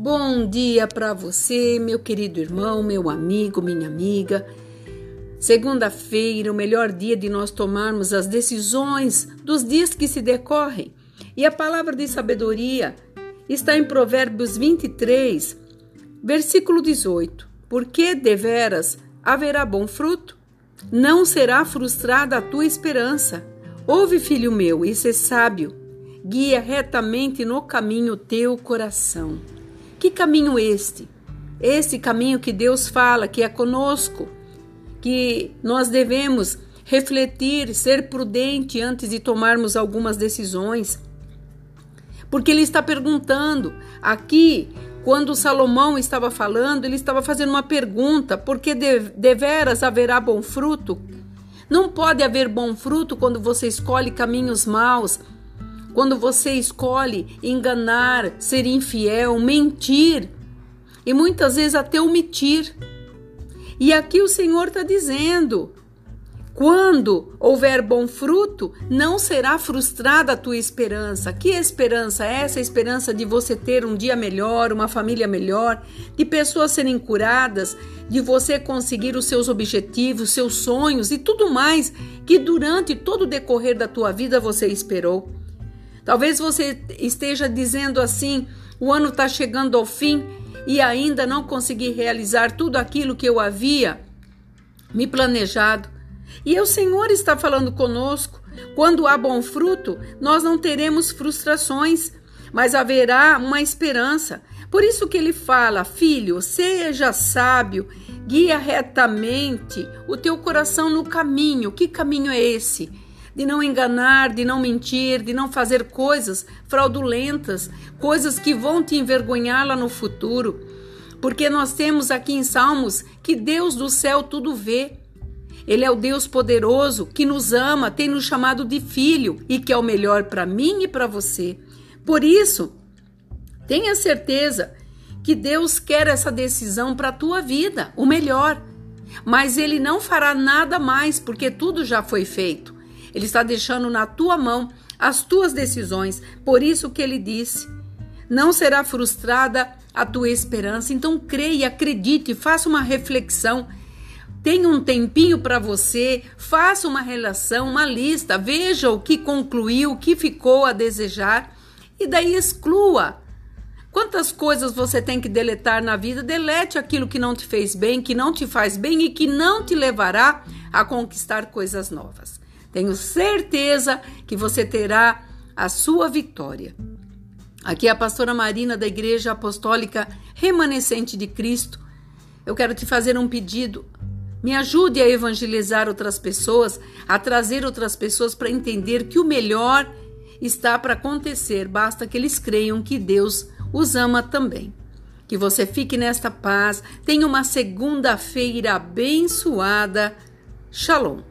Bom dia para você, meu querido irmão, meu amigo, minha amiga. Segunda-feira, o melhor dia de nós tomarmos as decisões dos dias que se decorrem. E a palavra de sabedoria está em Provérbios 23, versículo 18. Porque deveras haverá bom fruto? Não será frustrada a tua esperança. Ouve, filho meu, e sê sábio. Guia retamente no caminho teu coração. Que caminho este? Este caminho que Deus fala, que é conosco, que nós devemos refletir, ser prudente antes de tomarmos algumas decisões. Porque ele está perguntando, aqui, quando Salomão estava falando, ele estava fazendo uma pergunta, porque deveras haverá bom fruto? Não pode haver bom fruto quando você escolhe caminhos maus, quando você escolhe enganar, ser infiel, mentir e muitas vezes até omitir. E aqui o Senhor está dizendo, quando houver bom fruto, não será frustrada a tua esperança. Que esperança é essa? A esperança de você ter um dia melhor, uma família melhor, de pessoas serem curadas, de você conseguir os seus objetivos, seus sonhos e tudo mais que durante todo o decorrer da tua vida você esperou. Talvez você esteja dizendo assim, o ano está chegando ao fim e ainda não consegui realizar tudo aquilo que eu havia me planejado. E o Senhor está falando conosco, quando há bom fruto, nós não teremos frustrações, mas haverá uma esperança. Por isso que ele fala, filho, seja sábio, guia retamente o teu coração no caminho. Que caminho é esse? De não enganar, de não mentir, de não fazer coisas fraudulentas, coisas que vão te envergonhar lá no futuro. Porque nós temos aqui em Salmos que Deus do céu tudo vê. Ele é o Deus poderoso que nos ama, tem nos chamado de filho e que é o melhor para mim e para você. Por isso, tenha certeza que Deus quer essa decisão para a tua vida, o melhor. Mas Ele não fará nada mais porque tudo já foi feito. Ele está deixando na tua mão as tuas decisões. Por isso que ele disse, não será frustrada a tua esperança. Então creia, acredite, faça uma reflexão. Tenha um tempinho para você, faça uma relação, uma lista. Veja o que concluiu, o que ficou a desejar. E daí exclua. Quantas coisas você tem que deletar na vida? Delete aquilo que não te fez bem, que não te faz bem e que não te levará a conquistar coisas novas. Tenho certeza que você terá a sua vitória. Aqui é a pastora Marina da Igreja Apostólica Remanescente de Cristo. Eu quero te fazer um pedido. Me ajude a evangelizar outras pessoas, a trazer outras pessoas para entender que o melhor está para acontecer. Basta que eles creiam que Deus os ama também. Que você fique nesta paz. Tenha uma segunda-feira abençoada. Shalom.